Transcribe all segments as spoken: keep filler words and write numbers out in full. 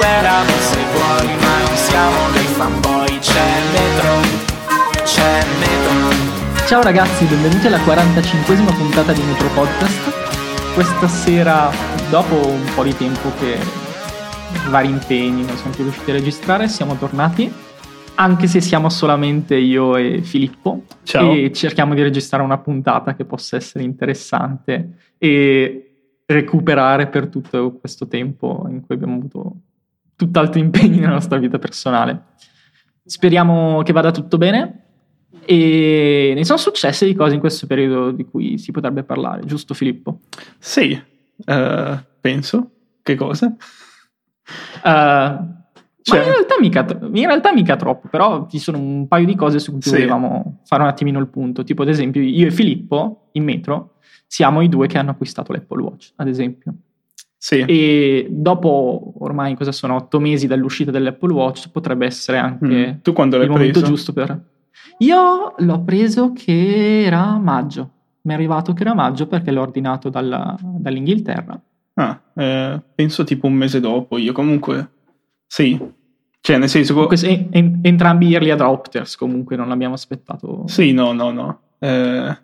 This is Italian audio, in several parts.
guerra se vuoi, ma non siamo dei fanboy. C'è Metro, c'è Metro. Ciao ragazzi, benvenuti alla quarantacinquesima puntata di Metro Podcast. Questa sera, dopo un po' di tempo che vari impegni non siamo più riusciti a registrare, siamo tornati, anche se siamo solamente io e Filippo. Ciao. E cerchiamo di registrare una puntata che possa essere interessante e recuperare per tutto questo tempo in cui abbiamo avuto tutt'altri impegni nella nostra vita personale. Speriamo che vada tutto bene. E ne sono successe di cose in questo periodo di cui si potrebbe parlare, giusto Filippo? Sì, uh, penso. Che cosa? Uh, cioè, ma in realtà, mica, in realtà mica troppo, però ci sono un paio di cose su cui sì. volevamo fare un attimino il punto. Tipo ad esempio io e Filippo in metro siamo i due che hanno acquistato l'Apple Watch, ad esempio. Sì. E dopo ormai cosa sono otto mesi dall'uscita dell'Apple Watch potrebbe essere anche mm. tu quando l'hai il momento preso? giusto per... Io l'ho preso che era maggio, mi è arrivato che era maggio perché l'ho ordinato dalla, dall'Inghilterra. Ah, eh, penso tipo un mese dopo, io comunque, sì, cioè nel senso... Comunque, en- en- entrambi early adopters, comunque non l'abbiamo aspettato. Sì, no, no, no. Eh,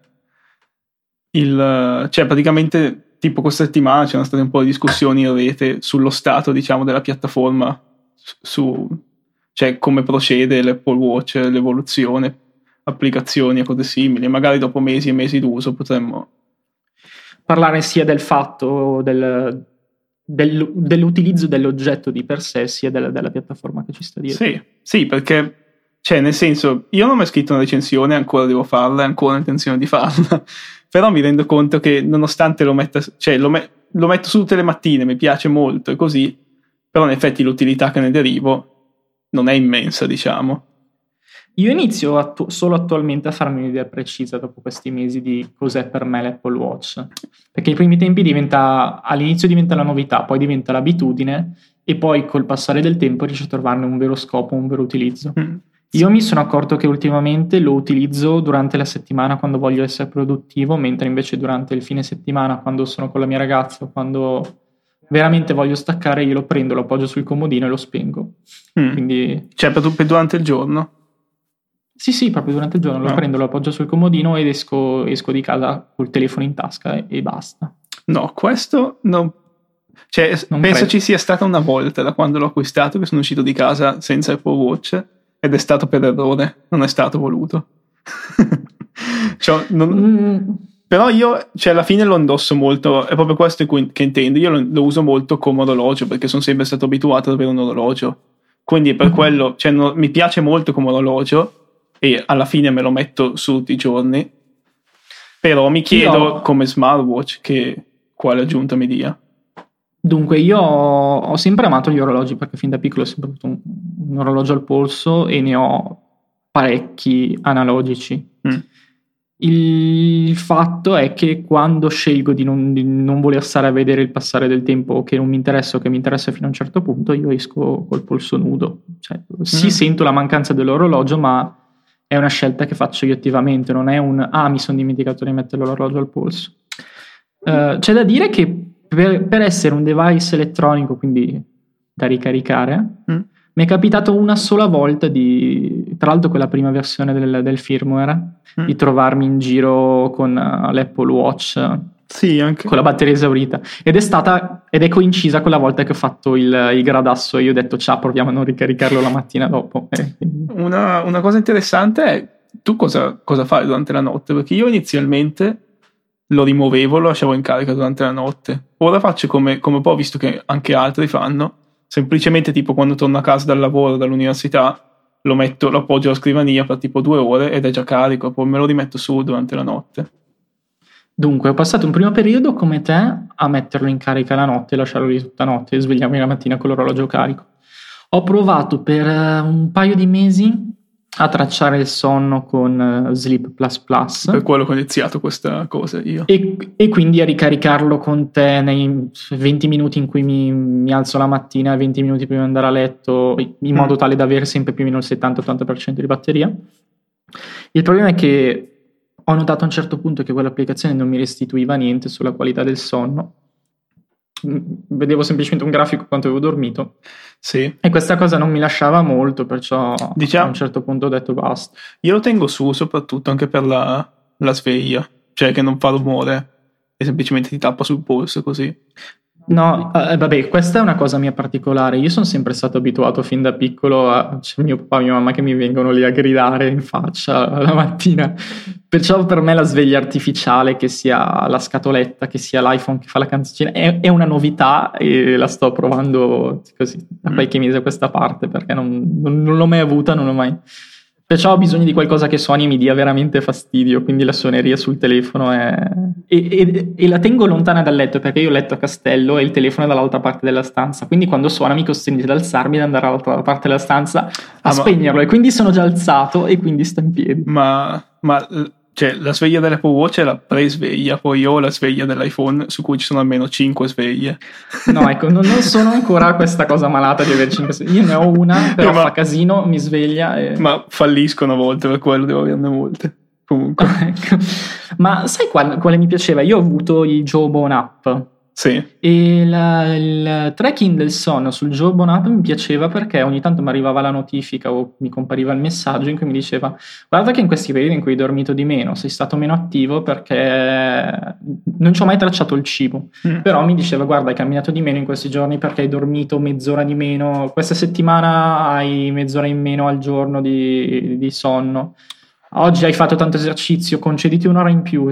il, cioè praticamente tipo questa settimana c'erano state un po' di discussioni in rete sullo stato, diciamo, della piattaforma, su... cioè come procede l'Apple Watch, l'evoluzione, applicazioni e cose simili. Magari dopo mesi e mesi d'uso potremmo parlare sia del fatto del, del, dell'utilizzo dell'oggetto di per sé, sia della, della piattaforma che ci sta dietro. Sì, sì, perché cioè nel senso io non ho mai scritto una recensione, ancora devo farla, ancora ho intenzione di farla, però mi rendo conto che nonostante lo metta, cioè lo, me, lo metto su tutte le mattine, mi piace molto e così, però in effetti l'utilità che ne derivo non è immensa, diciamo. Io inizio attu- solo attualmente a farmi un'idea precisa dopo questi mesi di cos'è per me l'Apple Watch, perché ai primi tempi diventa, all'inizio diventa la novità, poi diventa l'abitudine e poi col passare del tempo riesci a trovarne un vero scopo, un vero utilizzo. Mm. Io mi sono accorto che ultimamente lo utilizzo durante la settimana quando voglio essere produttivo, mentre invece durante il fine settimana, quando sono con la mia ragazza, quando veramente voglio staccare, io lo prendo, lo appoggio sul comodino e lo spengo. Mm. Quindi... Cioè per, per durante il giorno? Sì, sì, proprio durante il giorno lo no. prendo, lo appoggio sul comodino ed esco, esco di casa col telefono in tasca e, e basta. No, questo non... Cioè, non penso credo. Ci sia stata una volta da quando l'ho acquistato che sono uscito di casa senza Apple Watch ed è stato per errore, non è stato voluto. cioè, non... mm. Però io, cioè alla fine lo indosso molto, è proprio questo che intendo, io lo, lo uso molto come orologio perché sono sempre stato abituato ad avere un orologio, quindi per mm-hmm. quello, cioè no, mi piace molto come orologio e alla fine me lo metto su tutti i giorni, però mi chiedo io... come smartwatch che quale aggiunta mi dia. Dunque io ho, ho sempre amato gli orologi perché fin da piccolo ho sempre avuto un, un orologio al polso e ne ho parecchi analogici. Mm. Il fatto è che quando scelgo di non, di non voler stare a vedere il passare del tempo o che non mi interessa o che mi interessa fino a un certo punto, io esco col polso nudo. Cioè, sì, mm. sento la mancanza dell'orologio, ma è una scelta che faccio io attivamente, non è un ah mi sono dimenticato di mettere l'orologio al polso. Uh, c'è da dire che per, per essere un device elettronico, quindi da ricaricare, mm. mi è capitato una sola volta di, tra l'altro quella prima versione del, del firmware, mm. di trovarmi in giro con uh, l'Apple Watch, sì, anche con la batteria esaurita, ed è stata ed è coincisa con la volta che ho fatto il, il gradasso e io ho detto ciao, proviamo a non ricaricarlo la mattina dopo. Eh, una, una cosa interessante è tu cosa, cosa fai durante la notte, perché io inizialmente lo rimuovevo, lo lasciavo in carica durante la notte, ora faccio come, come poi ho visto che anche altri fanno, semplicemente tipo quando torno a casa dal lavoro, dall'università, lo metto, lo appoggio alla scrivania per tipo due ore ed è già carico, poi me lo rimetto su durante la notte. Dunque ho passato un primo periodo come te a metterlo in carica la notte e lasciarlo lì tutta notte e svegliarmi la mattina con l'orologio carico. Ho provato per un paio di mesi a tracciare il sonno con Sleep Plus Plus. Per quello che ho iniziato questa cosa io. E, e quindi a ricaricarlo con te nei venti minuti in cui mi, mi alzo la mattina, venti minuti prima di andare a letto, in modo mm. tale da avere sempre più o meno il settanta ottanta per cento di batteria. Il problema è che ho notato a un certo punto che quell'applicazione non mi restituiva niente sulla qualità del sonno vedevo semplicemente un grafico quanto avevo dormito. Sì. E questa cosa non mi lasciava molto, perciò diciamo, a un certo punto ho detto basta. Io lo tengo su soprattutto anche per la, la sveglia, cioè che non fa rumore e semplicemente ti tappa sul polso così. No, eh, vabbè, questa è una cosa mia particolare. Io sono sempre stato abituato fin da piccolo a cioè, mio papà e mia mamma che mi vengono lì a gridare in faccia la mattina. Perciò per me la sveglia artificiale, che sia la scatoletta, che sia l'iPhone che fa la canzoncina, è, è una novità e la sto provando così da qualche mese a questa parte, perché non, non, non l'ho mai avuta, non l'ho mai... Perciò ho bisogno di qualcosa che suoni e mi dia veramente fastidio, quindi la suoneria sul telefono è... E, e, e la tengo lontana dal letto, perché io letto a castello e il telefono è dall'altra parte della stanza, quindi quando suona mi costringe ad alzarmi ed andare dall'altra parte della stanza a ah, spegnerlo, ma... e quindi sono già alzato e quindi sto in piedi. Ma, ma cioè, la sveglia dell'Apple Watch è la pre-sveglia, poi io ho la sveglia dell'iPhone su cui ci sono almeno cinque sveglie. No, ecco, non, non sono ancora questa cosa malata di avere cinque sveglie. Io ne ho una, però ma, fa casino, mi sveglia e... Ma falliscono a volte, per quello devo averne molte. Comunque. Ecco. Ma sai quale, quale mi piaceva? Io ho avuto i Jawbone app. Sì. E la, il tracking del sonno sul Jawbone app mi piaceva perché ogni tanto mi arrivava la notifica o mi compariva il messaggio in cui mi diceva: guarda che in questi periodi in cui hai dormito di meno sei stato meno attivo perché non ci ho mai tracciato il cibo, mm. però mi diceva: guarda, hai camminato di meno in questi giorni perché hai dormito mezz'ora di meno, questa settimana hai mezz'ora in meno al giorno di, di sonno. Oggi hai fatto tanto esercizio, concediti un'ora in più,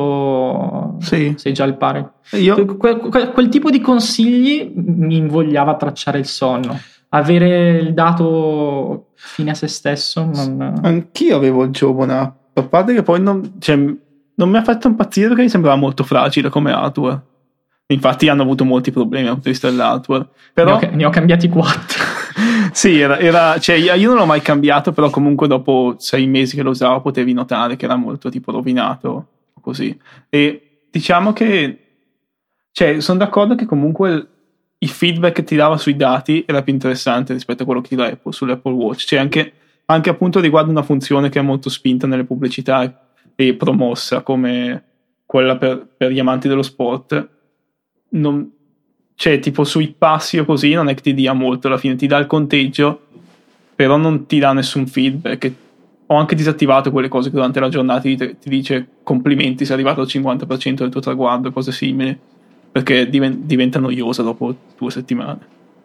tanto sì. sei già al pari. Io... Que- que- quel tipo di consigli mi invogliava a tracciare il sonno. Avere il dato fine a se stesso non... Anch'io avevo il Jawbone app, a parte che poi non, cioè, non mi ha fatto impazzire perché mi sembrava molto fragile come hardware. Infatti hanno avuto molti problemi dal punto di vista dell'hardware. Però... Ne ho, ne ho cambiati quattro. Sì, era, era, cioè io non l'ho mai cambiato, però comunque dopo sei mesi che lo usavo potevi notare che era molto tipo rovinato, così. E diciamo che, cioè, sono d'accordo che comunque il, il feedback che ti dava sui dati era più interessante rispetto a quello che ti dà Apple sull'Apple Watch. Cioè anche, anche appunto riguardo una funzione che è molto spinta nelle pubblicità e promossa come quella per, per gli amanti dello sport, non... cioè tipo sui passi o così non è che ti dia molto, alla fine ti dà il conteggio però non ti dà nessun feedback. Ho anche disattivato quelle cose che durante la giornata ti, ti dice complimenti, sei arrivato al cinquanta per cento del tuo traguardo, cose simili, perché diven- diventa noiosa dopo due settimane.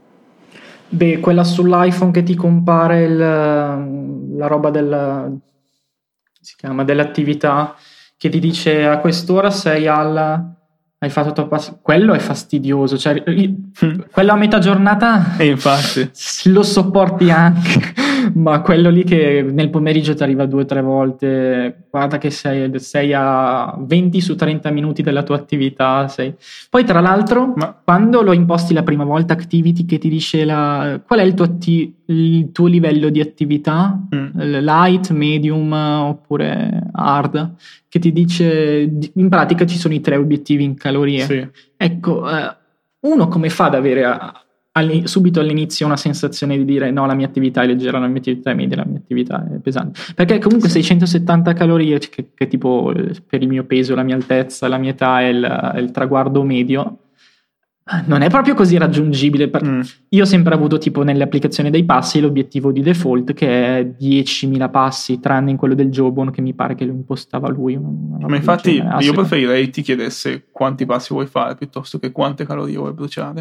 Beh, quella sull'iPhone che ti compare il, la roba del si chiama dell'attività, che ti dice a quest'ora sei al hai fatto troppo, quello è fastidioso, cioè quello a metà giornata e infatti lo sopporti anche, ma quello lì che nel pomeriggio ti arriva due o tre volte, guarda che sei, sei a venti su trenta minuti della tua attività, sei. Poi tra l'altro ma... quando lo imposti la prima volta Activity che ti dice la, qual è il tuo, atti, il tuo livello di attività, mm. light, medium oppure hard, che ti dice in pratica ci sono i tre obiettivi in calorie. Sì. Ecco, eh, uno come fa ad avere a, a, subito all'inizio una sensazione di dire no, la mia attività è leggera, la mia attività è media, la mia attività è pesante, perché comunque seicentosettanta calorie che, che tipo per il mio peso, la mia altezza, la mia età è il, è il traguardo medio, non è proprio così raggiungibile. Mm. Io ho sempre avuto tipo nelle applicazioni dei passi l'obiettivo di default che è diecimila passi, tranne in quello del Jawbone che mi pare che lo impostava lui. Ma infatti io preferirei ti chiedesse quanti passi vuoi fare piuttosto che quante calorie vuoi bruciare.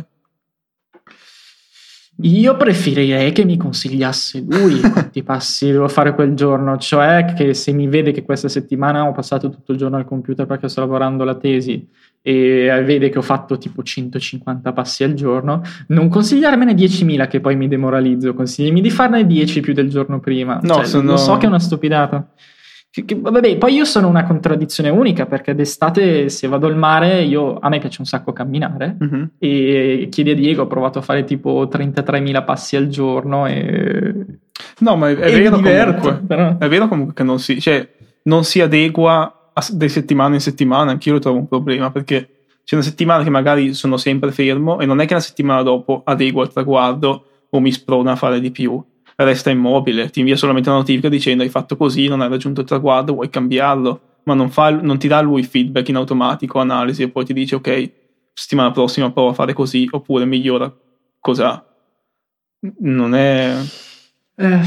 Io preferirei che mi consigliasse lui quanti passi devo fare quel giorno, cioè che se mi vede che questa settimana ho passato tutto il giorno al computer perché sto lavorando alla tesi e vede che ho fatto tipo centocinquanta passi al giorno, non consigliarmene diecimila che poi mi demoralizzo, consigliami di farne dieci più del giorno prima. No, cioè, sono... lo so che è una stupidata. Che, che, vabbè, poi io sono una contraddizione unica perché d'estate se vado al mare io, a me piace un sacco camminare, mm-hmm. e chiedi a Diego, ho provato a fare tipo trentatremila passi al giorno e no, ma è, è e vero mi diverto, comunque però. È vero comunque che non si, cioè, non si adegua di settimana in settimana. Anch'io lo trovo un problema perché c'è una settimana che magari sono sempre fermo e non è che una settimana dopo adeguo al traguardo o mi sprona a fare di più, resta immobile, ti invia solamente una notifica dicendo hai fatto così, non hai raggiunto il traguardo, vuoi cambiarlo, ma non, fa, non ti dà lui feedback in automatico, analisi, e poi ti dice ok, settimana prossima provo a fare così, oppure migliora cosa. Non è... Eh,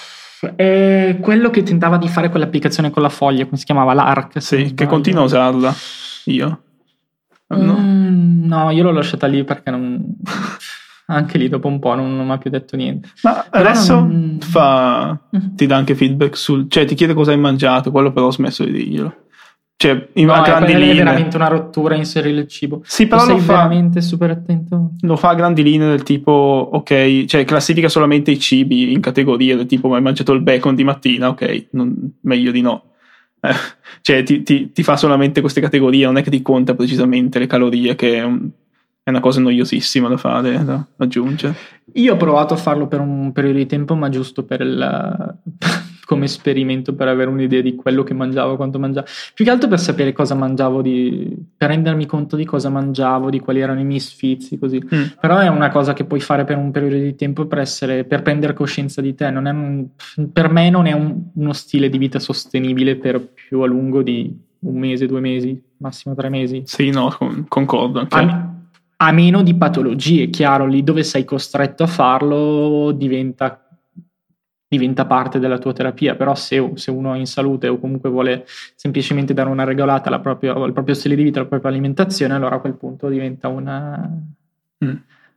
è quello che tentava di fare quell'applicazione con la foglia, come si chiamava, l'Arc. Sì, che continuo a usarla io. No. Mm, no, io l'ho lasciata lì perché non... anche lì dopo un po' non, non mi ha più detto niente. Ma però adesso non... fa ti dà anche feedback sul, cioè ti chiede cosa hai mangiato, quello però ho smesso di dirglielo. Cioè, in no, a grandi linee è veramente una rottura inserire il cibo. Sì, però sei lo fa veramente super attento. Lo fa a grandi linee del tipo, ok, cioè classifica solamente i cibi in categorie del tipo, ma hai mangiato il bacon di mattina, ok, non, meglio di no. Eh, cioè ti, ti, ti fa solamente queste categorie, non è che ti conta precisamente le calorie, che è, un, è una cosa noiosissima da fare, da aggiungere. Io ho provato a farlo per un periodo di tempo, ma giusto per il come esperimento, per avere un'idea di quello che mangiavo, quanto mangiavo, più che altro per sapere cosa mangiavo, di, per rendermi conto di cosa mangiavo, di quali erano i miei sfizi, così. Mm. Però è una cosa che puoi fare per un periodo di tempo per essere, per prendere coscienza di te. Non è un, per me non è un, uno stile di vita sostenibile per più a lungo di un mese, due mesi, massimo tre mesi. Sì, no, con, concordo anche. A, a meno di patologie, chiaro, lì dove sei costretto a farlo diventa diventa parte della tua terapia. Però se, se uno è in salute o comunque vuole semplicemente dare una regolata alla propria, al proprio stile di vita, alla propria alimentazione, allora a quel punto diventa una mm.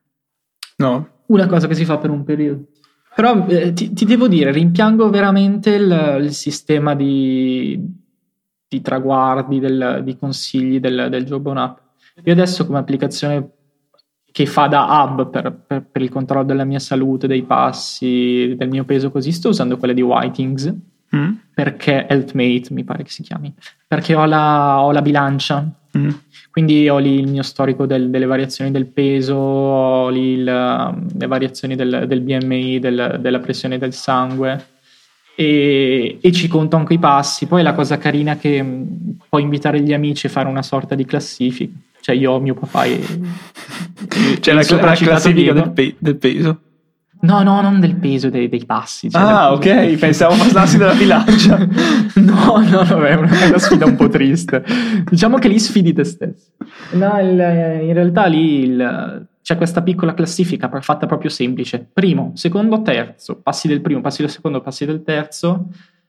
no. una cosa che si fa per un periodo. Però eh, ti, ti devo dire, rimpiango veramente il, il sistema di, di traguardi, del, di consigli del, del Jawbone App. Io adesso come applicazione che fa da hub per, per, per il controllo della mia salute, dei passi, del mio peso, così sto usando quella di Whitings, mm. perché Healthmate mi pare che si chiami, perché ho la, ho la bilancia, mm. quindi ho lì il mio storico del, delle variazioni del peso, ho lì il, le variazioni del, del B M I, del, della pressione del sangue, e, e ci conto anche i passi. Poi la cosa carina è che mh, puoi invitare gli amici a fare una sorta di classifica. Cioè io, mio papà e... C'è la, la classifica del, pe- del peso? No, no, non del peso, dei, dei passi. Cioè ah, ok, peso. Pensavo parlassi della bilancia. no, no, vabbè, è una, una sfida un po' triste. Diciamo che lì sfidi te stesso. No, il, in realtà lì il, c'è questa piccola classifica fatta proprio semplice. Primo, secondo, terzo. Passi del primo, passi del secondo, passi del terzo.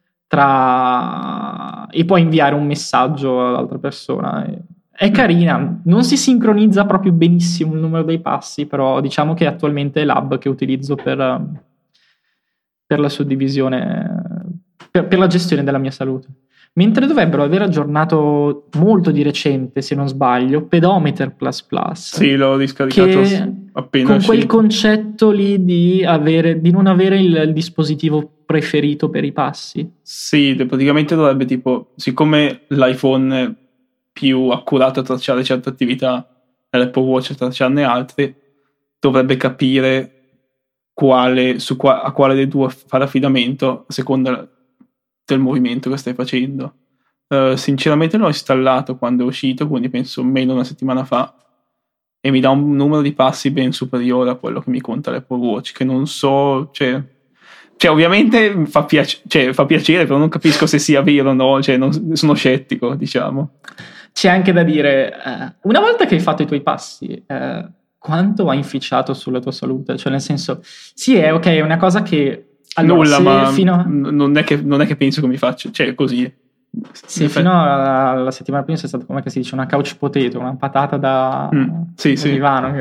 Tra... E puoi inviare un messaggio all'altra persona e... È carina, non si sincronizza proprio benissimo il numero dei passi, però diciamo che attualmente è l'hub che utilizzo per, per la suddivisione, per, per la gestione della mia salute. Mentre dovrebbero aver aggiornato molto di recente, se non sbaglio, Pedometer plus plus. Sì, l'ho riscaricato appena con uscito. Quel concetto lì di, avere, di non avere il, il dispositivo preferito per i passi. Sì, praticamente dovrebbe tipo, siccome l'iPhone più accurato a tracciare certe attività e l'Apple Watch a tracciarne altre, dovrebbe capire quale, su qua, a quale dei due fare affidamento a seconda del movimento che stai facendo. Uh, sinceramente l'ho installato quando è uscito, quindi penso meno una settimana fa, e mi dà un numero di passi ben superiore a quello che mi conta l'Apple Watch, che non so, cioè, cioè ovviamente fa, piace, cioè, fa piacere, però non capisco se sia vero o no, cioè non, sono scettico, diciamo. C'è anche da dire, eh, una volta che hai fatto i tuoi passi, eh, quanto ha inficiato sulla tua salute? Cioè nel senso, sì, è ok, è una cosa che... Allora, Nulla, ma fino a... non, è che, non è che penso che mi faccia, cioè così. Sì, fino alla settimana prima sei stato, come si dice, una couch potato, una patata da, mm, sì, da sì. divano.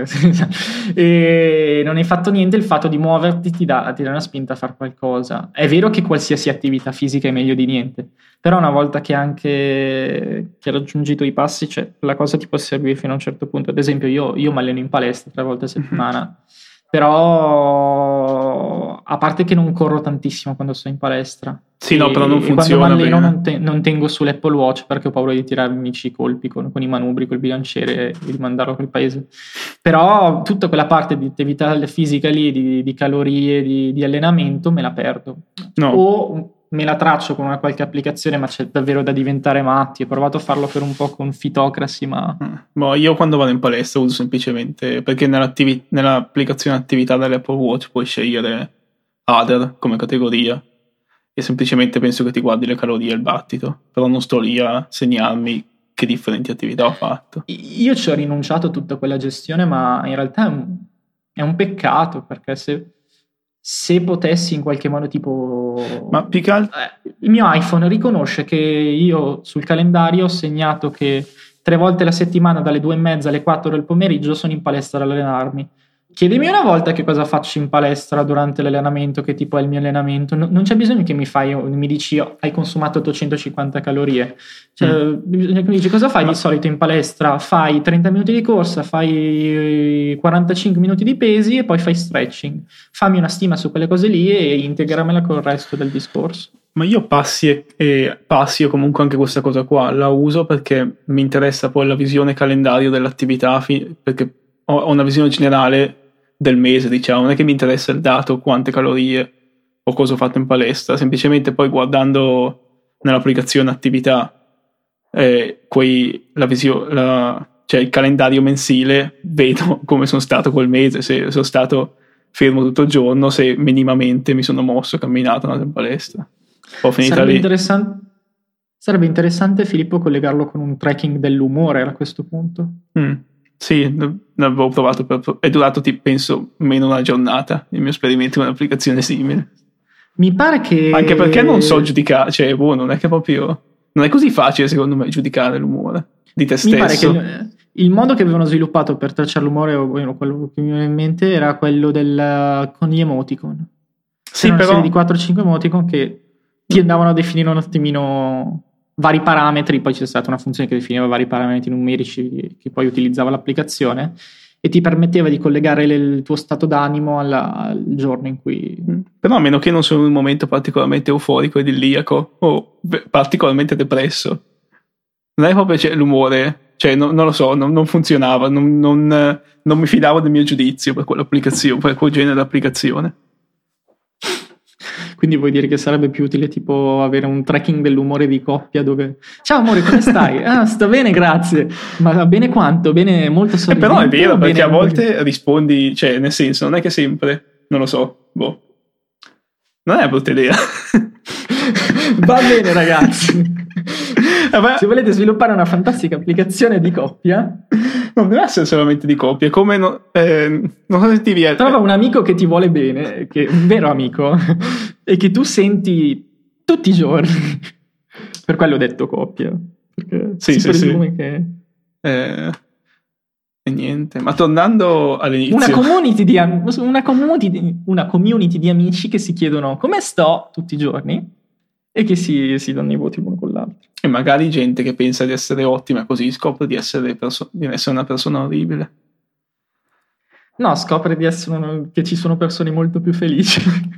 E non hai fatto niente, il fatto di muoverti ti dà, ti dà una spinta a fare qualcosa. È vero che qualsiasi attività fisica è meglio di niente, però una volta che anche che hai raggiungito i passi, cioè, la cosa ti può servire fino a un certo punto. Ad esempio io, io mi alleno in palestra tre volte a settimana, mm-hmm. però a parte che non corro tantissimo quando sto in palestra. Sì, no, però non funziona. Quando mi alleno non, te, non tengo sull'Apple Watch perché ho paura di tirarmi i colpi con, con i manubri, col bilanciere e di mandarlo a quel paese. Però tutta quella parte di attività fisica lì, di, di calorie, di, di allenamento, me la perdo. No. O me la traccio con una qualche applicazione, ma c'è davvero da diventare matti. Ho provato a farlo per un po' con Fitocracy, ma... Boh, io quando vado in palestra uso semplicemente, perché nell'applicazione attività dell'Apple Watch puoi scegliere Other come categoria, e semplicemente penso che ti guardi le calorie e il battito, però non sto lì a segnarmi che differenti attività ho fatto. Io ci ho rinunciato a tutta quella gestione, ma in realtà è un, è un peccato, perché se, se potessi in qualche modo tipo... Ma più che altro... eh, il mio iPhone riconosce che io sul calendario ho segnato che tre volte la settimana dalle due e mezza alle quattro del pomeriggio sono in palestra ad allenarmi. Chiedimi una volta che cosa faccio in palestra durante l'allenamento, che tipo è il mio allenamento. No, non c'è bisogno che mi fai, mi dici oh, hai consumato ottocentocinquanta calorie. Cioè, mm. bisogna che mi dici cosa fai Ma... di solito in palestra? Fai trenta minuti di corsa, fai quarantacinque minuti di pesi e poi fai stretching. Fammi una stima su quelle cose lì e integramela col resto del discorso. Ma io passi e, e passi o comunque anche questa cosa qua la uso perché mi interessa poi la visione calendario dell'attività, fi- perché ho, ho una visione generale del mese, diciamo, non è che mi interessa il dato quante calorie o cosa ho fatto in palestra, semplicemente poi guardando nell'applicazione attività eh, quei, la visione, la, cioè il calendario mensile, vedo come sono stato quel mese, se sono stato fermo tutto il giorno, se minimamente mi sono mosso, camminato, andato in palestra. Ho finito sarebbe lì. Interessante, sarebbe interessante, Filippo, collegarlo con un tracking dell'umore a questo punto. Mm. Sì, l'avevo provato, per, è durato penso meno una giornata il mio esperimento con un'applicazione simile. Mi pare che... Anche perché non so giudicare, cioè boh, non è che proprio... Non è così facile secondo me giudicare l'umore di te stesso. Mi pare che il modo che avevano sviluppato per tracciare l'umore, o bueno, quello che mi viene in mente, era quello del, con gli emoticon. Sì, C'era però... una serie di quattro cinque emoticon che ti andavano a definire un attimino... vari parametri, poi c'è stata una funzione che definiva vari parametri numerici che poi utilizzava l'applicazione e ti permetteva di collegare il tuo stato d'animo alla, al giorno in cui... Però a meno che non sono in un momento particolarmente euforico ed idilliaco o particolarmente depresso, non è proprio cioè, l'umore, cioè non, non lo so, non, non funzionava, non, non, non mi fidavo del mio giudizio per quell'applicazione, per quel genere di applicazione. Quindi vuoi dire che sarebbe più utile tipo avere un tracking dell'umore di coppia dove ciao amore, come stai? Ah, sto bene, grazie. Ma bene quanto? Bene, molto sorridente. Eh, però è vero, perché bene, a volte rispondi, cioè nel senso, non è che sempre, non lo so, boh. Non è una brutta idea. Va bene ragazzi. Vabbè. Se volete sviluppare una fantastica applicazione di coppia, non deve essere solamente di coppia, come no, eh, non so se ti viene. Trova un amico che ti vuole bene, che un vero amico, e che tu senti tutti i giorni. Per quello ho detto coppia, perché sì, si sì, presume sì. che eh, e niente. Ma tornando all'inizio, una community di am- una community di, una community di amici che si chiedono come sto tutti i giorni e che si, si danno i voti l'uno con l'altro. E magari gente che pensa di essere ottima così scopre di essere, perso- di essere una persona orribile. No, scopre di essere una, che ci sono persone molto più felici.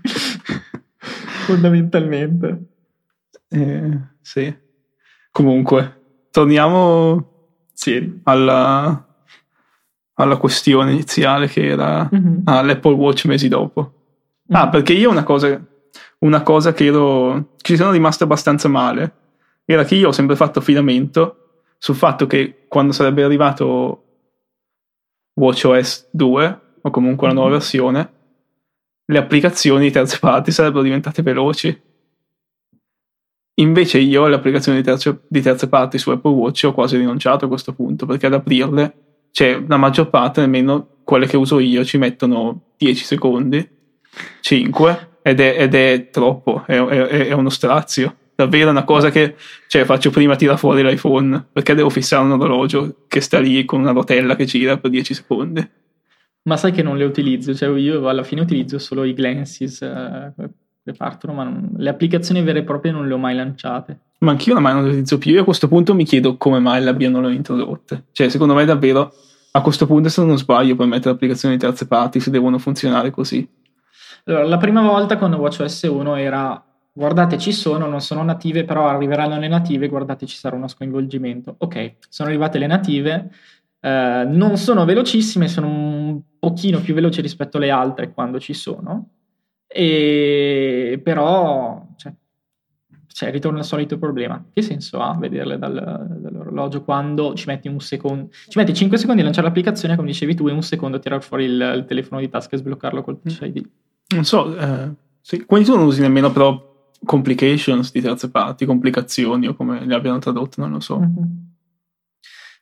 Fondamentalmente. Eh, sì. Comunque, torniamo sì. alla, alla questione iniziale che era mm-hmm. ah, l'Apple Watch mesi dopo. Mm-hmm. Ah, perché io una cosa, una cosa che ero, ci sono rimasto abbastanza male era che io ho sempre fatto affidamento sul fatto che quando sarebbe arrivato WatchOS due o comunque la nuova mm-hmm. versione, le applicazioni di terze parti sarebbero diventate veloci. Invece io le applicazioni di terze, di terze parti su Apple Watch ho quasi rinunciato a questo punto, perché ad aprirle, cioè la maggior parte, nemmeno quelle che uso io, ci mettono dieci secondi, cinque, ed è, ed è troppo, è, è, è uno strazio. Davvero una cosa che cioè, faccio prima tirare fuori l'iPhone, perché devo fissare un orologio che sta lì con una rotella che gira per dieci secondi. Ma sai che non le utilizzo, cioè io alla fine utilizzo solo i Glances eh, che partono, ma non, le applicazioni vere e proprie non le ho mai lanciate. Ma anch'io ormai non le utilizzo più, e a questo punto mi chiedo come mai le abbiano introdotte. Cioè secondo me davvero a questo punto è stato uno sbaglio per mettere applicazioni di terze parti se devono funzionare così. Allora, la prima volta con WatchOS uno era guardate ci sono, non sono native, però arriveranno le native, guardate ci sarà uno scoinvolgimento. Ok, sono arrivate le native, eh, non sono velocissime, sono un pochino più veloci rispetto alle altre quando ci sono, e però cioè, cioè, ritorna il solito problema. Che senso ha vederle dal, dall'orologio quando ci metti un secondo, ci metti cinque secondi a lanciare l'applicazione, come dicevi tu, e un secondo a tirare fuori il, il telefono di tasca e sbloccarlo col Touch I D? Non so, eh, sì. Quindi tu non usi nemmeno però complications di terze parti, complicazioni o come le abbiano tradotte, non lo so. Mm-hmm.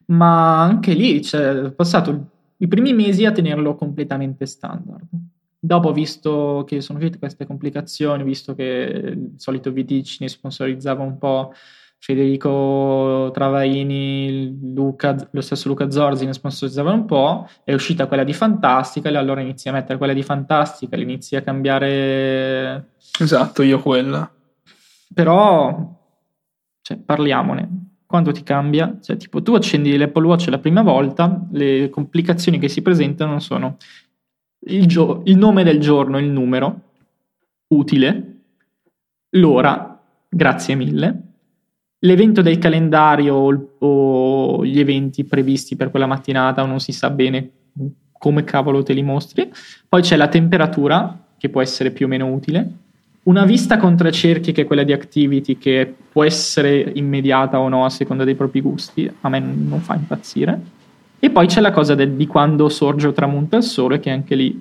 ma anche lì c'è passato i primi mesi a tenerlo completamente standard. Dopo ho visto che sono uscite queste complicazioni, visto che il solito V T C ne sponsorizzava un po', Federico Travaini, Luca, lo stesso Luca Zorzi ne sponsorizzava un po', è uscita quella di Fantastica, e allora inizi a mettere quella di Fantastica, inizi a cambiare... Esatto, io quella. Però, cioè, parliamone. Quando ti cambia, cioè, tipo, tu accendi l'Apple Watch la prima volta, le complicazioni che si presentano sono il, gio- il nome del giorno, il numero, utile, l'ora, grazie mille, l'evento del calendario o, o gli eventi previsti per quella mattinata, o non si sa bene come cavolo te li mostri. Poi c'è la temperatura, che può essere più o meno utile, una vista con tre cerchi, che è quella di Activity, che può essere immediata o no a seconda dei propri gusti, a me non fa impazzire. E poi c'è la cosa del, di quando sorge o tramonta il sole, che anche lì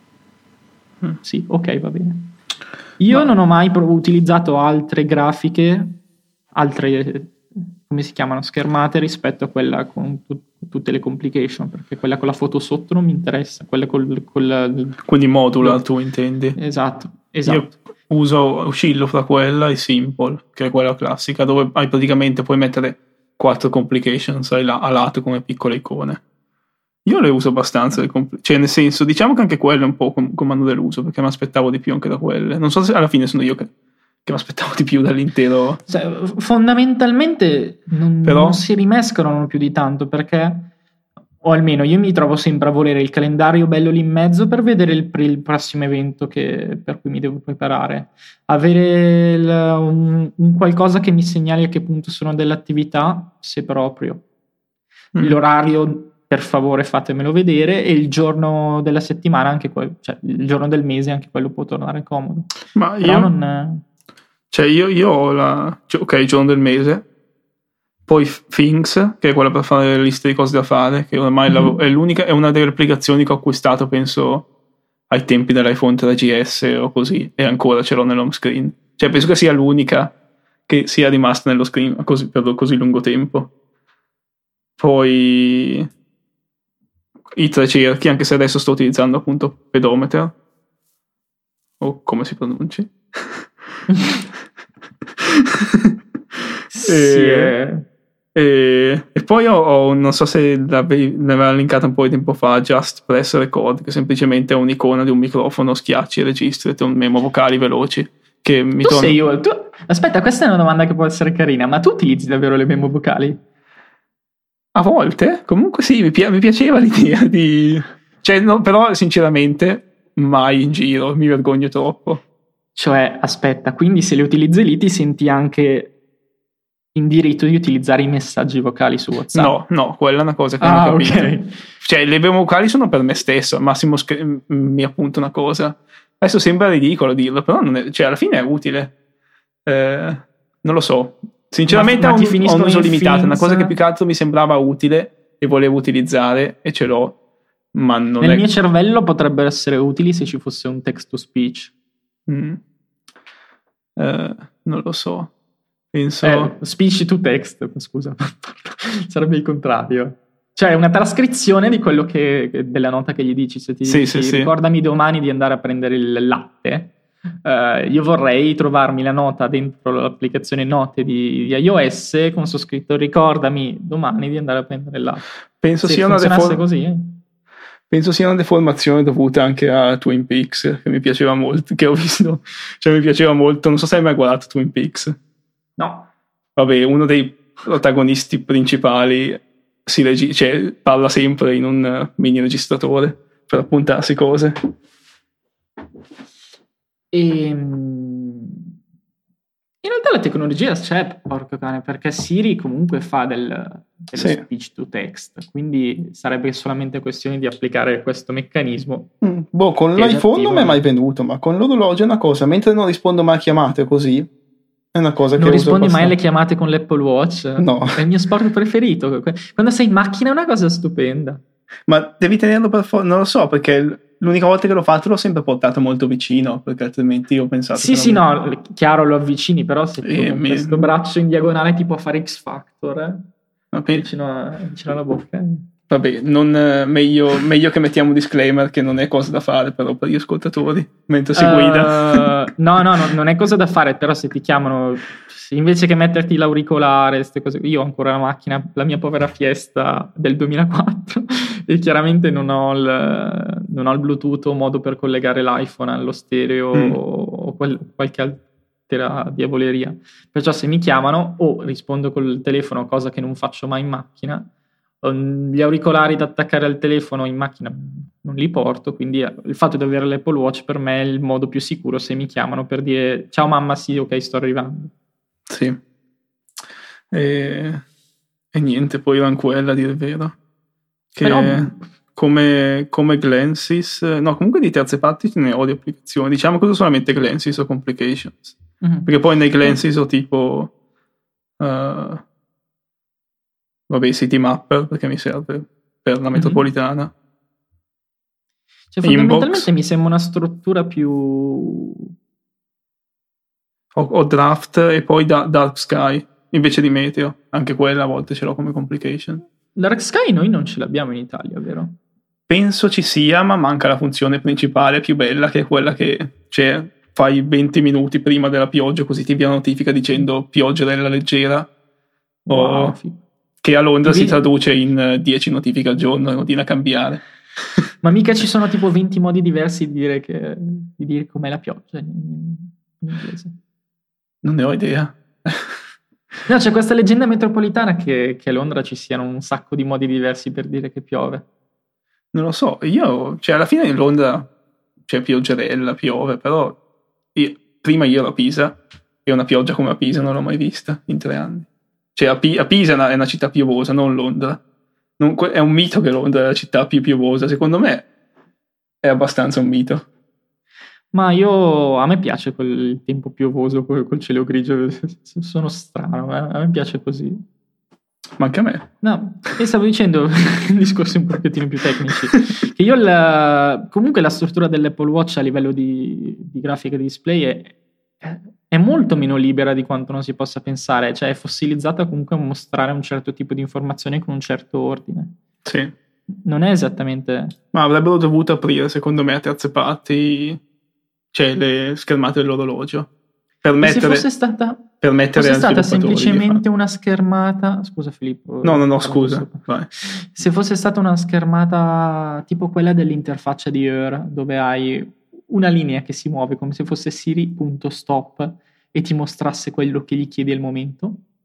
mm, sì, ok, va bene. Io Ma... non ho mai pro- utilizzato altre grafiche, altre, come si chiamano, schermate rispetto a quella con tu- tutte le complication, perché quella con la foto sotto non mi interessa, quella col, col quindi modula lo... tu intendi? Esatto, esatto. Io uso, oscillo fra quella e Simple, che è quella classica, dove hai praticamente puoi mettere quattro complications a lato come piccole icone. Io le uso abbastanza, le compl- cioè nel senso, diciamo che anche quelle è un po' com- comando dell'uso, perché mi aspettavo di più anche da quelle. Non so se alla fine sono io che, che mi aspettavo di più dall'intero. Cioè, fondamentalmente non, Però... non si rimescolano più di tanto, perché, o almeno io mi trovo sempre a volere il calendario bello lì in mezzo per vedere il, il prossimo evento che, per cui mi devo preparare, avere il, un, un qualcosa che mi segnali a che punto sono delle attività, se proprio mm. l'orario, per favore fatemelo vedere, e il giorno della settimana, anche quello, cioè il giorno del mese, anche quello può tornare comodo. Ma Però io non cioè io, io ho la cioè, ok, il giorno del mese, poi Things, che è quella per fare le liste di cose da fare, che ormai mm-hmm. è l'unica, è una delle applicazioni che ho acquistato, penso, ai tempi dell'iPhone tre G S o così, e ancora ce l'ho nell'home screen. Cioè penso che sia l'unica che sia rimasta nello screen così, per così lungo tempo. Poi i tre cerchi, anche se adesso sto utilizzando appunto Pedometer, o come si pronunci. sì, e, e, e poi ho, ho non so se l'aveva linkata un po' di tempo fa, Just Press Record, che semplicemente è un'icona di un microfono, schiacci e registri e un memo vocali veloci che mi tu torna... sei io, tu... aspetta, questa è una domanda che può essere carina, ma tu utilizzi davvero le memo vocali? A volte, comunque sì, mi, pi- mi piaceva l'idea di... Cioè, no, però sinceramente mai in giro, mi vergogno troppo. Cioè, aspetta, quindi se le utilizzi lì ti senti anche in diritto di utilizzare i messaggi vocali su WhatsApp? No, no, quella è una cosa che ah, non ho capito. Okay. Cioè, le memo vocali sono per me stesso, al massimo scri- mi appunto una cosa. Adesso sembra ridicolo dirlo, però non è, cioè, alla fine è utile. Eh, non lo so. Sinceramente ma, ma ho, un, ho un uso limitato, è una cosa che più che altro mi sembrava utile e volevo utilizzare e ce l'ho, ma non nel è... mio cervello potrebbero essere utili se ci fosse un text to speech. Mm. Eh, non lo so, penso... Eh, speech to text, scusa, sarebbe il contrario. Cioè una trascrizione di quello che della nota che gli dici, se ti sì, dici sì, ricordami sì. domani di andare a prendere il latte. Uh, io vorrei trovarmi la nota dentro l'applicazione note di, di iOS con su scritto ricordami domani di andare a prendere il latte. Penso se sia una deform- così eh. Penso sia una deformazione dovuta anche a Twin Peaks, che mi piaceva molto, che ho visto, cioè mi piaceva molto, non so se hai mai guardato Twin Peaks. No. Vabbè, uno dei protagonisti principali si regi- cioè, parla sempre in un mini registratore per appuntarsi cose. E in realtà la tecnologia c'è, porco cane, perché Siri comunque fa del, dello sì. speech to text, quindi sarebbe solamente questione di applicare questo meccanismo. Mm, boh, con l'iPhone non mi è mai venuto, ma con l'orologio è una cosa, mentre non rispondo mai a chiamate così, è una cosa che non rispondi mai alle chiamate con l'Apple Watch? No. È il mio sport preferito. Quando sei in macchina è una cosa stupenda. Ma devi tenerlo per forza, non lo so, perché l'unica volta che l'ho fatto l'ho sempre portato molto vicino, perché altrimenti ho pensato... Sì, sì, non... no, chiaro, lo avvicini, però se tu eh, con mi... questo braccio in diagonale ti può fare X Factor, eh? Vabbè. Vicino, a, vicino alla bocca. Vabbè, non, meglio, meglio che mettiamo un disclaimer che non è cosa da fare però per gli ascoltatori mentre si uh, guida. no, no, no, non è cosa da fare, però se ti chiamano, invece che metterti l'auricolare, queste cose, io ho ancora la macchina, la mia povera Fiesta del duemilaquattro e chiaramente non ho il, non ho il Bluetooth o modo per collegare l'iPhone allo stereo mm. o quel, qualche altra diavoleria. Perciò se mi chiamano o rispondo col telefono, cosa che non faccio mai in macchina. Gli auricolari da attaccare al telefono in macchina non li porto, quindi il fatto di avere l'Apple Watch per me è il modo più sicuro se mi chiamano per dire ciao mamma, sì, ok, sto arrivando. Sì. E, e niente, poi Ranquella, a dire il vero. Che Però... come, come Glances, no, comunque di terze parti ce ne ho di applicazioni. Diciamo che sono solamente Glances o Complications. Mm-hmm. Perché poi nei Glances ho tipo... Uh, vabbè, City Mapper perché mi serve per la metropolitana. Mm-hmm. Cioè, fondamentalmente Inbox. Mi sembra una struttura più o, o Draft e poi da, Dark Sky invece di Meteo, anche quella a volte ce l'ho come complication. Dark Sky noi non ce l'abbiamo in Italia, vero? Penso ci sia, ma manca la funzione principale più bella, che è quella che c'è, fai venti minuti prima della pioggia così ti viene una notifica dicendo pioggerella leggera. Wow, o che a Londra si traduce in dieci notifiche al giorno e continua a cambiare. Ma mica ci sono tipo venti modi diversi di dire, che, di dire com'è la pioggia in, in inglese? Non ne ho idea. No, c'è questa leggenda metropolitana che, che a Londra ci siano un sacco di modi diversi per dire che piove. Non lo so, io, cioè alla fine in Londra c'è pioggerella, piove, però io, prima io ero a Pisa e una pioggia come a Pisa non l'ho mai vista in tre anni. Cioè a, P- a Pisa è una, è una città piovosa, non Londra. Non, è un mito che Londra è la città più piovosa. Secondo me è abbastanza un mito. Ma io, a me piace quel tempo piovoso col, col cielo grigio. Sono strano, eh? A me piace così. Ma anche a me. No, e stavo dicendo discorsi un pochettino più tecnici. Che io la, comunque la struttura dell'Apple Watch a livello di, di grafica di display è, è è molto meno libera di quanto non si possa pensare, cioè è fossilizzata comunque a mostrare un certo tipo di informazione con un certo ordine. Sì. Non è esattamente... Ma avrebbero dovuto aprire, secondo me, a terze parti, cioè le schermate dell'orologio. Per mettere, se fosse stata, per mettere fosse stata semplicemente una schermata... Scusa Filippo. No, no, no, scusa. Vai. Se fosse stata una schermata tipo quella dell'interfaccia di Air, dove hai una linea che si muove come se fosse Siri.stop e ti mostrasse quello che gli chiedi al momento.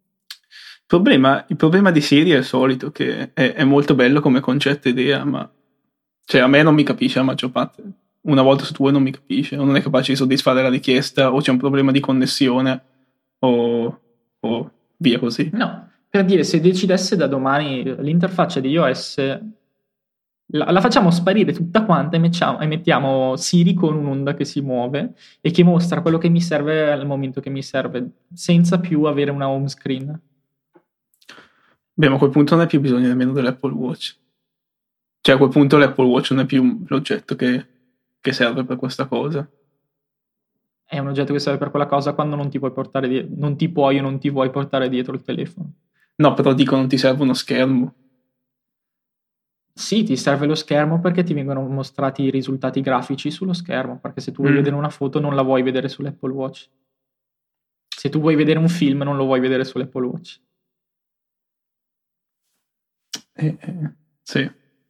Il problema, il problema di Siri è il solito, che è, è molto bello come concetto e idea, ma cioè a me non mi capisce la maggior parte. Una volta su due non mi capisce, o non è capace di soddisfare la richiesta, o c'è un problema di connessione, o, o via così. No, per dire, se decidesse da domani l'interfaccia di iOS... La, la facciamo sparire tutta quanta e mettiamo, e mettiamo Siri con un'onda che si muove e che mostra quello che mi serve al momento che mi serve, senza più avere una home screen. Beh, ma a quel punto non hai più bisogno nemmeno dell'Apple Watch. Cioè a quel punto l'Apple Watch non è più l'oggetto che, che serve per questa cosa. È un oggetto che serve per quella cosa quando non ti puoi portare dietro, non ti puoi o non ti vuoi portare dietro il telefono. No, però dico, non ti serve uno schermo. Sì, ti serve lo schermo perché ti vengono mostrati i risultati grafici sullo schermo, perché se tu vuoi mm. vedere una foto non la vuoi vedere sull'Apple Watch. Se tu vuoi vedere un film non lo vuoi vedere sull'Apple Watch. Eh, eh, sì.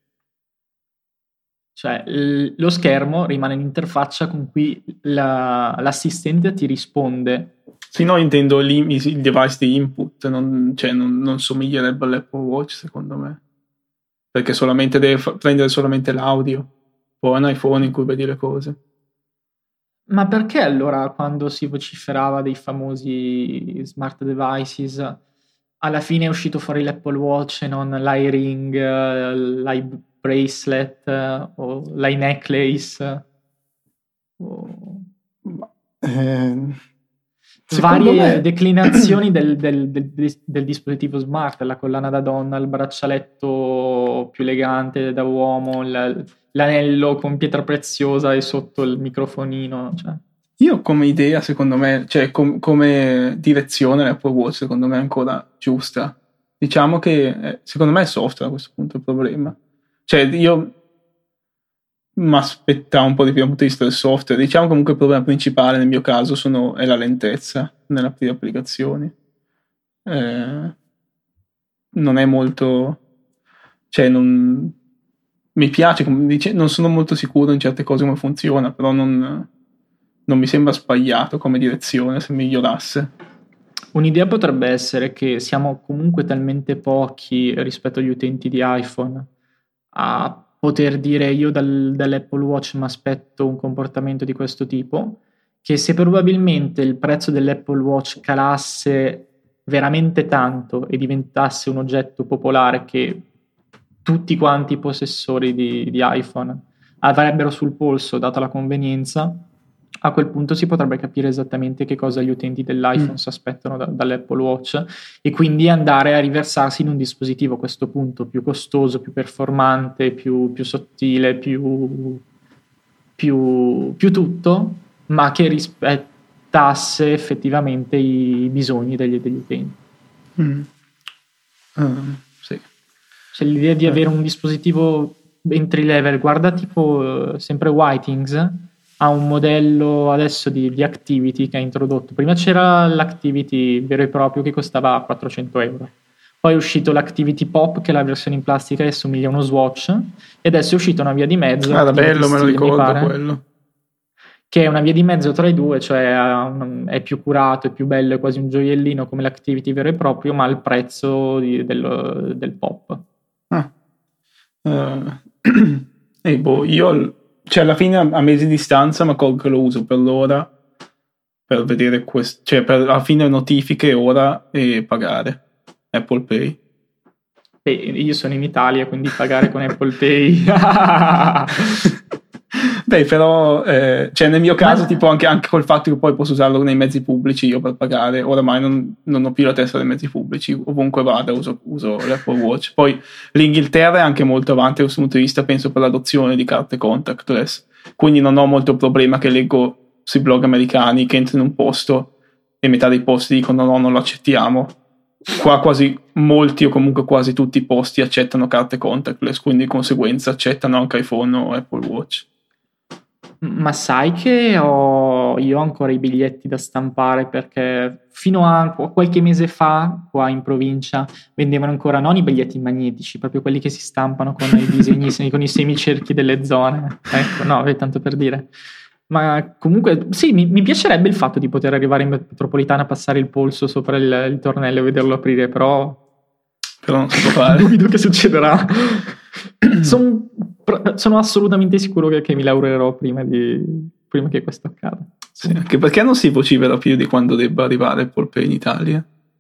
Cioè l- lo schermo rimane l'interfaccia con cui la- l'assistente ti risponde. Sì, no, intendo il device di input, non, cioè non, non somiglierebbe all'Apple Watch secondo me. Perché solamente deve fa- prendere solamente l'audio o un iPhone in cui vedi le cose. Ma perché allora quando si vociferava dei famosi smart devices alla fine è uscito fuori l'Apple Watch e non l'iRing, l'iBracelet o l'iNecklace o... Eh, varie me... declinazioni del, del, del, del dispositivo smart, la collana da donna, il braccialetto più elegante da uomo, l'anello con pietra preziosa e sotto il microfonino, cioè. Io come idea, secondo me, cioè com- come direzione l'Apple Watch secondo me è ancora giusta, Diciamo che eh, secondo me è software a questo punto il problema. Cioè io mi aspettavo un po' di più dal punto di vista del software. Diciamo comunque il problema principale nel mio caso sono, è la lentezza nell'aprire applicazioni. Eh, non è molto... Cioè non... Mi piace, come dice, non sono molto sicuro in certe cose come funziona, però non, non mi sembra sbagliato come direzione se migliorasse. Un'idea potrebbe essere che siamo comunque talmente pochi rispetto agli utenti di iPhone a poter dire io dal, dall'Apple Watch mi aspetto un comportamento di questo tipo, che se probabilmente il prezzo dell'Apple Watch calasse veramente tanto e diventasse un oggetto popolare che tutti quanti i possessori di, di iPhone avrebbero sul polso data la convenienza, a quel punto si potrebbe capire esattamente che cosa gli utenti dell'iPhone mm. si aspettano da, dall'Apple Watch e quindi andare a riversarsi in un dispositivo a questo punto più costoso, più performante, più, più sottile, più, più, più tutto, ma che rispettasse effettivamente i bisogni degli, degli utenti. Mm. Um, sì. Cioè, l'idea di avere un dispositivo entry level, guarda tipo uh, sempre Whitings ha un modello adesso di, di Activity che ha introdotto. Prima c'era l'Activity vero e proprio che costava quattrocento euro, poi è uscito l'Activity Pop che è la versione in plastica e assomiglia a uno Swatch, e adesso è uscita una via di mezzo. Ah, bello, me lo ricordo quello. Che è una via di mezzo tra i due, cioè è più curato, è più bello, è quasi un gioiellino come l'Activity vero e proprio, ma al prezzo di, del, del Pop. Ah. Uh, e boh, io cioè alla fine a mesi di distanza ma colgo che lo uso per l'ora per vedere questo, cioè per alla fine notifiche ora e pagare Apple Pay. E io sono in Italia, quindi pagare con Apple Pay. Beh, però eh, cioè nel mio caso Ma... tipo anche, anche col fatto che poi posso usarlo nei mezzi pubblici io per pagare, oramai non, non ho più la testa dei mezzi pubblici, ovunque vada uso, uso l'Apple Watch. Poi l'Inghilterra è anche molto avanti da questo punto di vista, penso, per l'adozione di carte contactless, quindi non ho molto problema che leggo sui blog americani che entri in un posto e metà dei posti dicono no, non lo accettiamo. Qua quasi molti o comunque quasi tutti i posti accettano carte contactless, quindi di conseguenza accettano anche iPhone o Apple Watch. Ma sai che ho io ho ancora i biglietti da stampare, perché fino a qualche mese fa qua in provincia vendevano ancora non i biglietti magnetici, proprio quelli che si stampano con i disegni con i semicerchi delle zone, ecco, no, tanto per dire. Ma comunque sì, mi, mi piacerebbe il fatto di poter arrivare in metropolitana, passare il polso sopra il, il tornello e vederlo aprire, però però non si può fare. Dubido che succederà. Sono, sono assolutamente sicuro che, che mi laureerò prima, di, prima che questo accada. Sì, anche perché non si vocifera più di quando debba arrivare Apple Pay in Italia.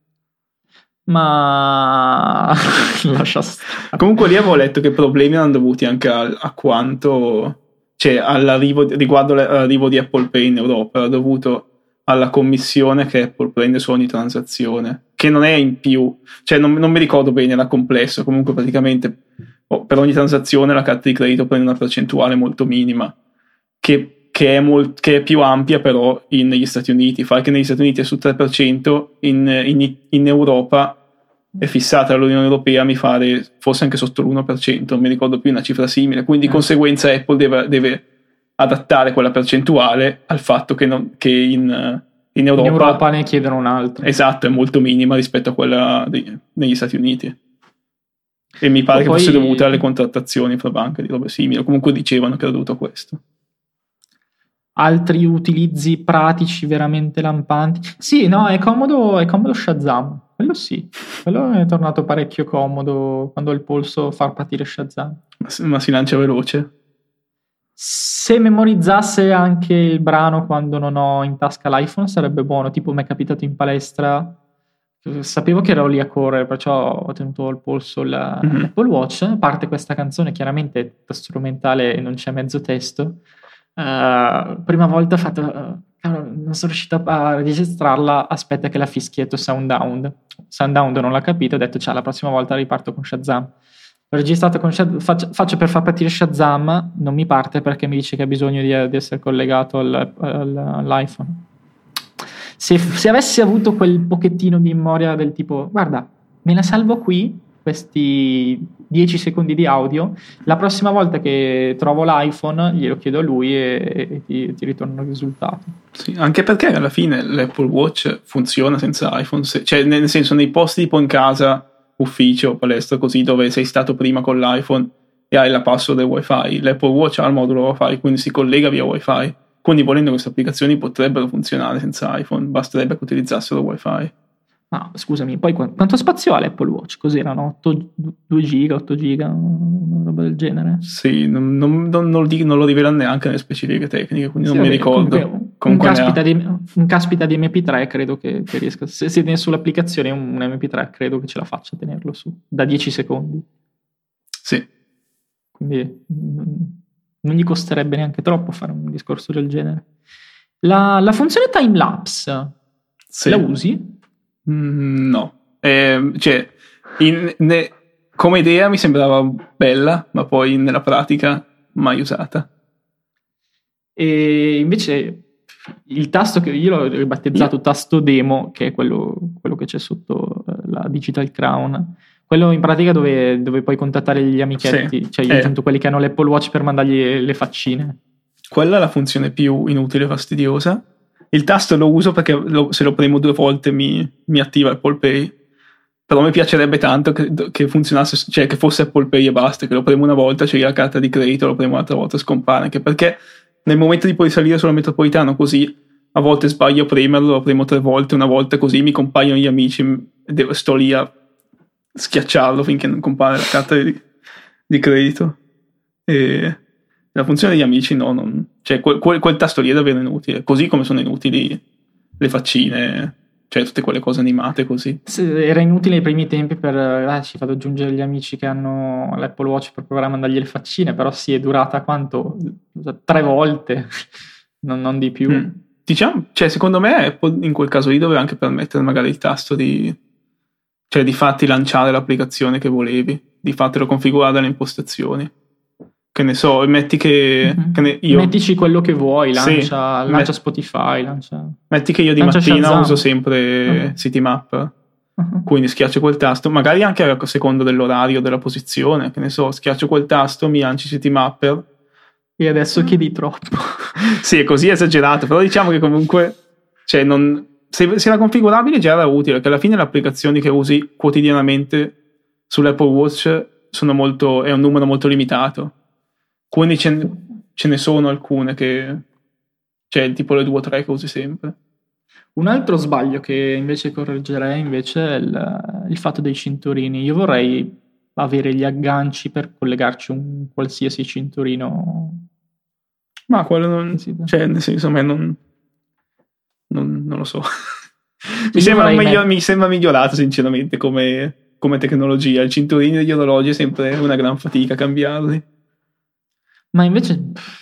Ma lascia stare. Comunque lì avevo letto che problemi erano dovuti anche a, a quanto, cioè all'arrivo riguardo all'arrivo di Apple Pay in Europa, era dovuto alla commissione che Apple prende su ogni transazione, che non è in più, cioè non, non mi ricordo bene, era complesso, comunque praticamente oh, per ogni transazione la carta di credito prende una percentuale molto minima, che, che, è, molt, che è più ampia però in, negli Stati Uniti, fa che negli Stati Uniti è sul tre per cento, in, in, in Europa è fissata dall'Unione Europea, mi pare forse anche sotto l'uno per cento, non mi ricordo più, una cifra simile, quindi di conseguenza Apple deve, deve adattare quella percentuale al fatto che, non, che in, in, Europa, in Europa ne chiedono un'altra. Esatto, è molto minima rispetto a quella dei, negli Stati Uniti. E mi pare o che poi, fosse dovuta alle contrattazioni fra banche di robe simili, comunque dicevano che era dovuto a questo. Altri utilizzi pratici veramente lampanti? Sì, no, è comodo, è comodo Shazam. Quello sì, quello è tornato parecchio comodo quando ho il polso far partire Shazam. Ma, ma si lancia veloce? Se memorizzasse anche il brano quando non ho in tasca l'iPhone sarebbe buono. Tipo mi è capitato in palestra, sapevo che ero lì a correre, perciò ho tenuto al polso la, mm-hmm. l'Apple Watch, parte questa canzone, chiaramente strumentale e non c'è mezzo testo. Uh, prima volta ho fatto uh, non sono riuscito a registrarla, aspetta che la fischietto Soundhound Soundhound non l'ha capito, ho detto ciao, la prossima volta riparto con Shazam. Ho registrato con Shazam, faccio, faccio per far partire Shazam, non mi parte perché mi dice che ha bisogno di, di essere collegato al, al, all'iPhone. Se, se avessi avuto quel pochettino di memoria del tipo guarda, me la salvo qui, questi dieci secondi di audio, la prossima volta che trovo l'iPhone glielo chiedo a lui e, e ti, ti ritorno il risultato. Sì, anche perché alla fine l'Apple Watch funziona senza iPhone, se, cioè nel senso nei posti tipo in casa, ufficio, palestra, così, dove sei stato prima con l'iPhone e hai la password del wifi, l'Apple Watch ha il modulo wifi, quindi si collega via wifi, quindi volendo queste applicazioni potrebbero funzionare senza iPhone, basterebbe che utilizzassero wifi. Ah, scusami, poi quanto spazio ha l'Apple Watch? Cos'erano? otto, due giga, otto giga, una roba del genere? Sì, non, non, non, non, lo, non lo rivela neanche nelle specifiche tecniche, quindi sì, non vabbè, mi ricordo. Comunque, comunque un, caspita di, un caspita di emme pi tre credo che, che riesca, se, se tiene sull'applicazione un emme pi tre credo che ce la faccia a tenerlo su, da dieci secondi. Sì. Quindi non gli costerebbe neanche troppo fare un discorso del genere. La, la funzione timelapse, sì. La usi? Mm, no. Eh, cioè, in, ne, come idea mi sembrava bella, ma poi nella pratica mai usata. E invece il tasto che io l'ho ribattezzato tasto demo, che è quello, quello che c'è sotto la Digital Crown, quello in pratica dove, dove puoi contattare gli amichetti, sì, cioè io ho aggiunto quelli che hanno l'Apple Watch per mandargli le faccine. Quella è la funzione più inutile e fastidiosa. Il tasto lo uso perché lo, se lo premo due volte mi, mi attiva Apple Pay, però mi piacerebbe tanto che, che funzionasse, cioè che fosse Apple Pay e basta, che lo premo una volta, c'è la carta di credito, lo premo un'altra volta e scompare, anche perché nel momento di poi salire sulla metropolitana così a volte sbaglio a premerlo, lo premo tre volte, una volta così mi compaiono gli amici e sto lì a schiacciarlo finché non compare la carta di, di credito. E la funzione degli amici no, non, cioè quel, quel, quel tasto lì è davvero inutile, così come sono inutili le faccine, cioè tutte quelle cose animate così. Era inutile ai primi tempi per ah, ci vado ad aggiungere gli amici che hanno l'Apple Watch per provare a mandargli le faccine, però sì, è durata quanto? Tre volte, non, non di più. Mm. Diciamo, cioè secondo me Apple in quel caso lì doveva anche permettere magari il tasto di, cioè di farti lanciare l'applicazione che volevi, di fartelo configurare dalle impostazioni. Che ne so, metti che, mm-hmm. che ne, io mettici quello che vuoi, lancia, sì, lancia met- Spotify, lancia metti che io di lancia mattina Shazam. uso sempre uh-huh. Citymap, uh-huh. quindi schiaccio quel tasto, magari anche a seconda dell'orario, della posizione, che ne so, schiaccio quel tasto, mi lanci Citymapper. E adesso chiedi troppo. Sì, è così esagerato, però diciamo che comunque, cioè non, se, se era configurabile già era utile, che alla fine le applicazioni che usi quotidianamente sull'Apple Watch sono molto, è un numero molto limitato. Quindi ce ne, ce ne sono alcune che, cioè tipo le due o tre che usi sempre. Un altro sbaglio che invece correggerei invece è il, il fatto dei cinturini. Io vorrei avere gli agganci per collegarci un qualsiasi cinturino. Ma quello non, cioè nel senso a me non, non, non lo so. mi, sembra miglior, met- mi sembra migliorato sinceramente come, come tecnologia. Il cinturino degli orologi è sempre una gran fatica a cambiarli. Ma invece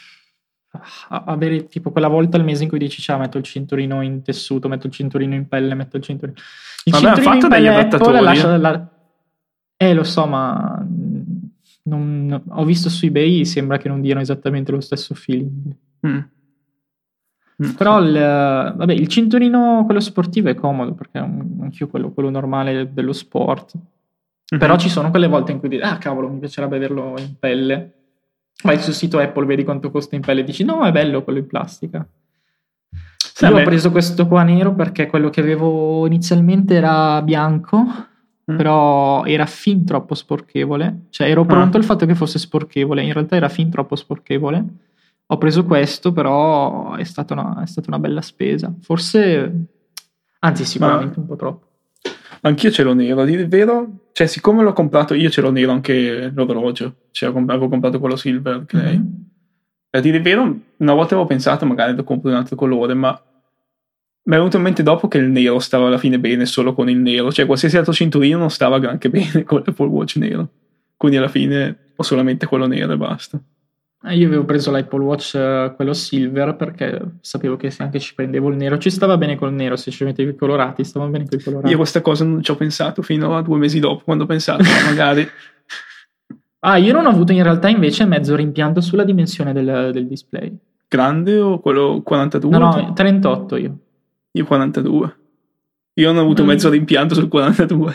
avere tipo quella volta al mese in cui dici ciao, metto il cinturino in tessuto, metto il cinturino in pelle, metto il cinturino il Vabbè, cinturino fatto in dagli pelle adattatori. Apple, lascia la... eh lo so, ma non, non, ho visto su eBay, sembra che non diano esattamente lo stesso feeling. mm. Mm. Però il, vabbè, il cinturino quello sportivo è comodo perché anch'io quello, quello normale dello sport, mm-hmm. però ci sono quelle volte in cui dici ah cavolo, mi piacerebbe averlo in pelle. Vai sul sito Apple, vedi quanto costa in pelle e dici no, è bello quello in plastica. Sì, io ho preso questo qua nero perché quello che avevo inizialmente era bianco, mm. però era fin troppo sporchevole, cioè ero pronto ah. al fatto che fosse sporchevole, in realtà era fin troppo sporchevole. Ho preso questo, però è stata una, è stata una bella spesa, forse, anzi sicuramente Ma... un po' troppo. Anch'io ce l'ho nero, a dire il vero, cioè siccome l'ho comprato, io ce l'ho nero anche l'orologio, cioè avevo comprato quello silver, ok? Mm-hmm. A dire il vero, una volta avevo pensato magari lo compro in un altro colore, ma mi è venuto in mente dopo che il nero stava alla fine bene solo con il nero, cioè qualsiasi altro cinturino non stava granché bene con l'Apple Watch nero, quindi alla fine ho solamente quello nero e basta. Io avevo preso l'Apple Watch quello silver perché sapevo che se anche ci prendevo il nero ci stava bene col nero, se ci mettevi i colorati stava bene con i colorati. Io questa cosa non ci ho pensato fino a due mesi dopo, quando ho pensato magari ah io non ho avuto in realtà invece mezzo rimpianto sulla dimensione del, del display. Grande o quello quarantadue? No no trentotto io io quarantadue. Io non ho avuto non mezzo rimpianto sul quarantadue.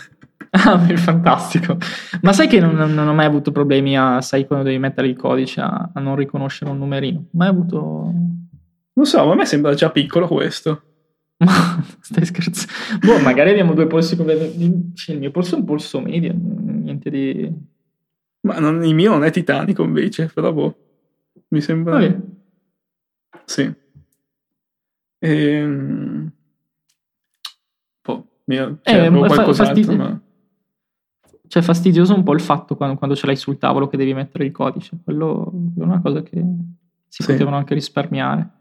Ah, è fantastico. Ma sai che non, non ho mai avuto problemi a, sai, quando devi mettere il codice a, a non riconoscere un numerino? Mai avuto... Non so, ma a me sembra già piccolo questo. Ma stai scherzando? Boh, magari abbiamo due polsi completamente... Cioè, il mio polso è un polso medio, niente di... Ma non, il mio non è titanico invece, però boh. Mi sembra... Vabbè. Sì. Ehm... Boh, mio... cioè, Eh, avevo fa- qualcos'altro, fastidi- ma... Cioè, fastidioso un po' il fatto quando, quando ce l'hai sul tavolo che devi mettere il codice. Quello, quello è una cosa che si Sì. potevano anche risparmiare.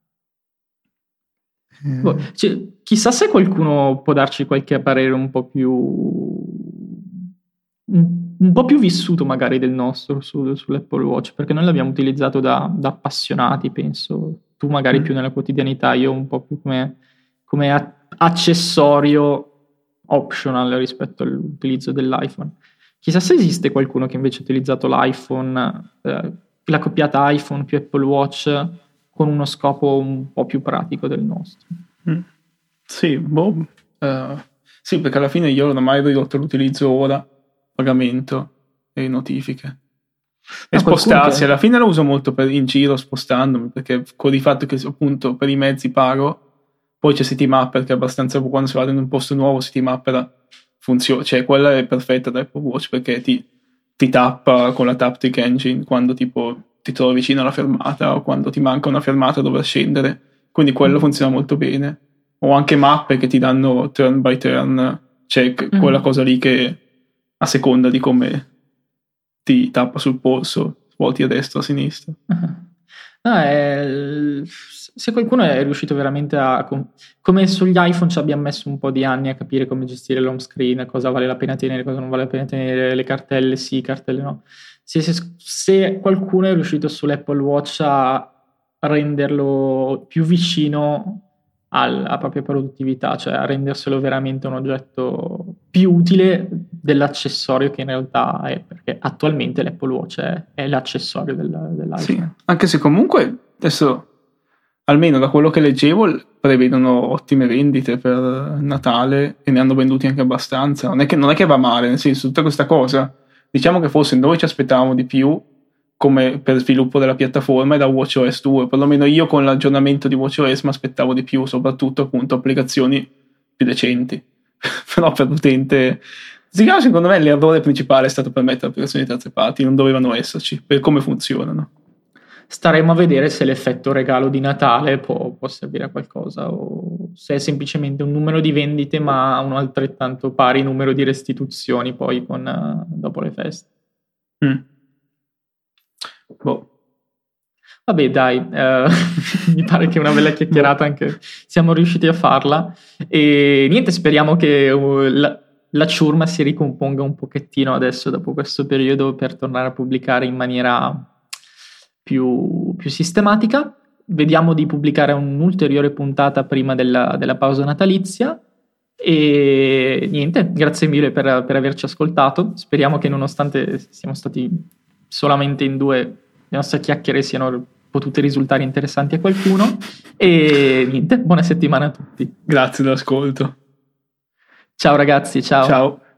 Eh. Boh, cioè, chissà se qualcuno può darci qualche parere un po' più un, un po' più vissuto magari del nostro su, sull'Apple Watch, perché noi l'abbiamo utilizzato da, da appassionati, penso. Tu magari Mm. più nella quotidianità, io un po' più come, come a- accessorio optional rispetto all'utilizzo dell'iPhone. Chissà se esiste qualcuno che invece ha utilizzato l'iPhone, eh, la coppiata iPhone più Apple Watch con uno scopo un po' più pratico del nostro. Mm. Sì, boh. eh, sì, perché alla fine io non ho mai ridotto l'utilizzo ora, pagamento e notifiche. E Ah, spostarsi, qualcuno alla fine lo uso molto per, in giro spostandomi, perché con il fatto che appunto per i mezzi pago, poi c'è Citymapper che è abbastanza, quando si va in un posto nuovo Citymapper funziona, cioè quella è perfetta da Apple Watch perché ti, ti tappa con la Taptic Engine quando tipo ti trovi vicino alla fermata o quando ti manca una fermata dove scendere, quindi quello Mm. funziona molto bene. O anche mappe che ti danno turn by turn, cioè c- Mm. quella cosa lì che a seconda di come ti tappa sul polso volti a destra o a sinistra. No, è- se qualcuno è riuscito veramente a, com- come sugli iPhone ci abbiamo messo un po' di anni a capire come gestire l'home screen, cosa vale la pena tenere, cosa non vale la pena tenere, le cartelle sì, cartelle no. Se, se- se qualcuno è riuscito sull'Apple Watch a renderlo più vicino al- alla propria produttività, cioè a renderselo veramente un oggetto più utile dell'accessorio che in realtà è, perché attualmente l'Apple Watch è, è l'accessorio del, dell'iPhone. Sì, anche se comunque adesso, almeno da quello che leggevo, prevedono ottime vendite per Natale e ne hanno venduti anche abbastanza. Non è che, non è che va male, nel senso, tutta questa cosa, diciamo che forse noi ci aspettavamo di più come per sviluppo della piattaforma e da WatchOS due, perlomeno io con l'aggiornamento di WatchOS mi aspettavo di più, soprattutto appunto applicazioni più decenti. Però per l'utente, secondo me l'errore principale è stato per mettere applicazioni di terze parti, non dovevano esserci, per come funzionano. Staremo a vedere se l'effetto regalo di Natale può, può servire a qualcosa o se è semplicemente un numero di vendite ma un altrettanto pari numero di restituzioni poi con, uh, dopo le feste. Mm. Boh. Vabbè dai, eh, mi pare che una bella chiacchierata anche siamo riusciti a farla e niente, speriamo che uh, la, la ciurma si ricomponga un pochettino adesso dopo questo periodo per tornare a pubblicare in maniera più, più sistematica. Vediamo di pubblicare un'ulteriore puntata prima della, della pausa natalizia e niente, grazie mille per, per averci ascoltato. Speriamo che nonostante siamo stati solamente in due, le nostre chiacchiere siano potute risultare interessanti a qualcuno e niente, buona settimana a tutti. Grazie dell'ascolto. Ciao ragazzi, ciao. Ciao.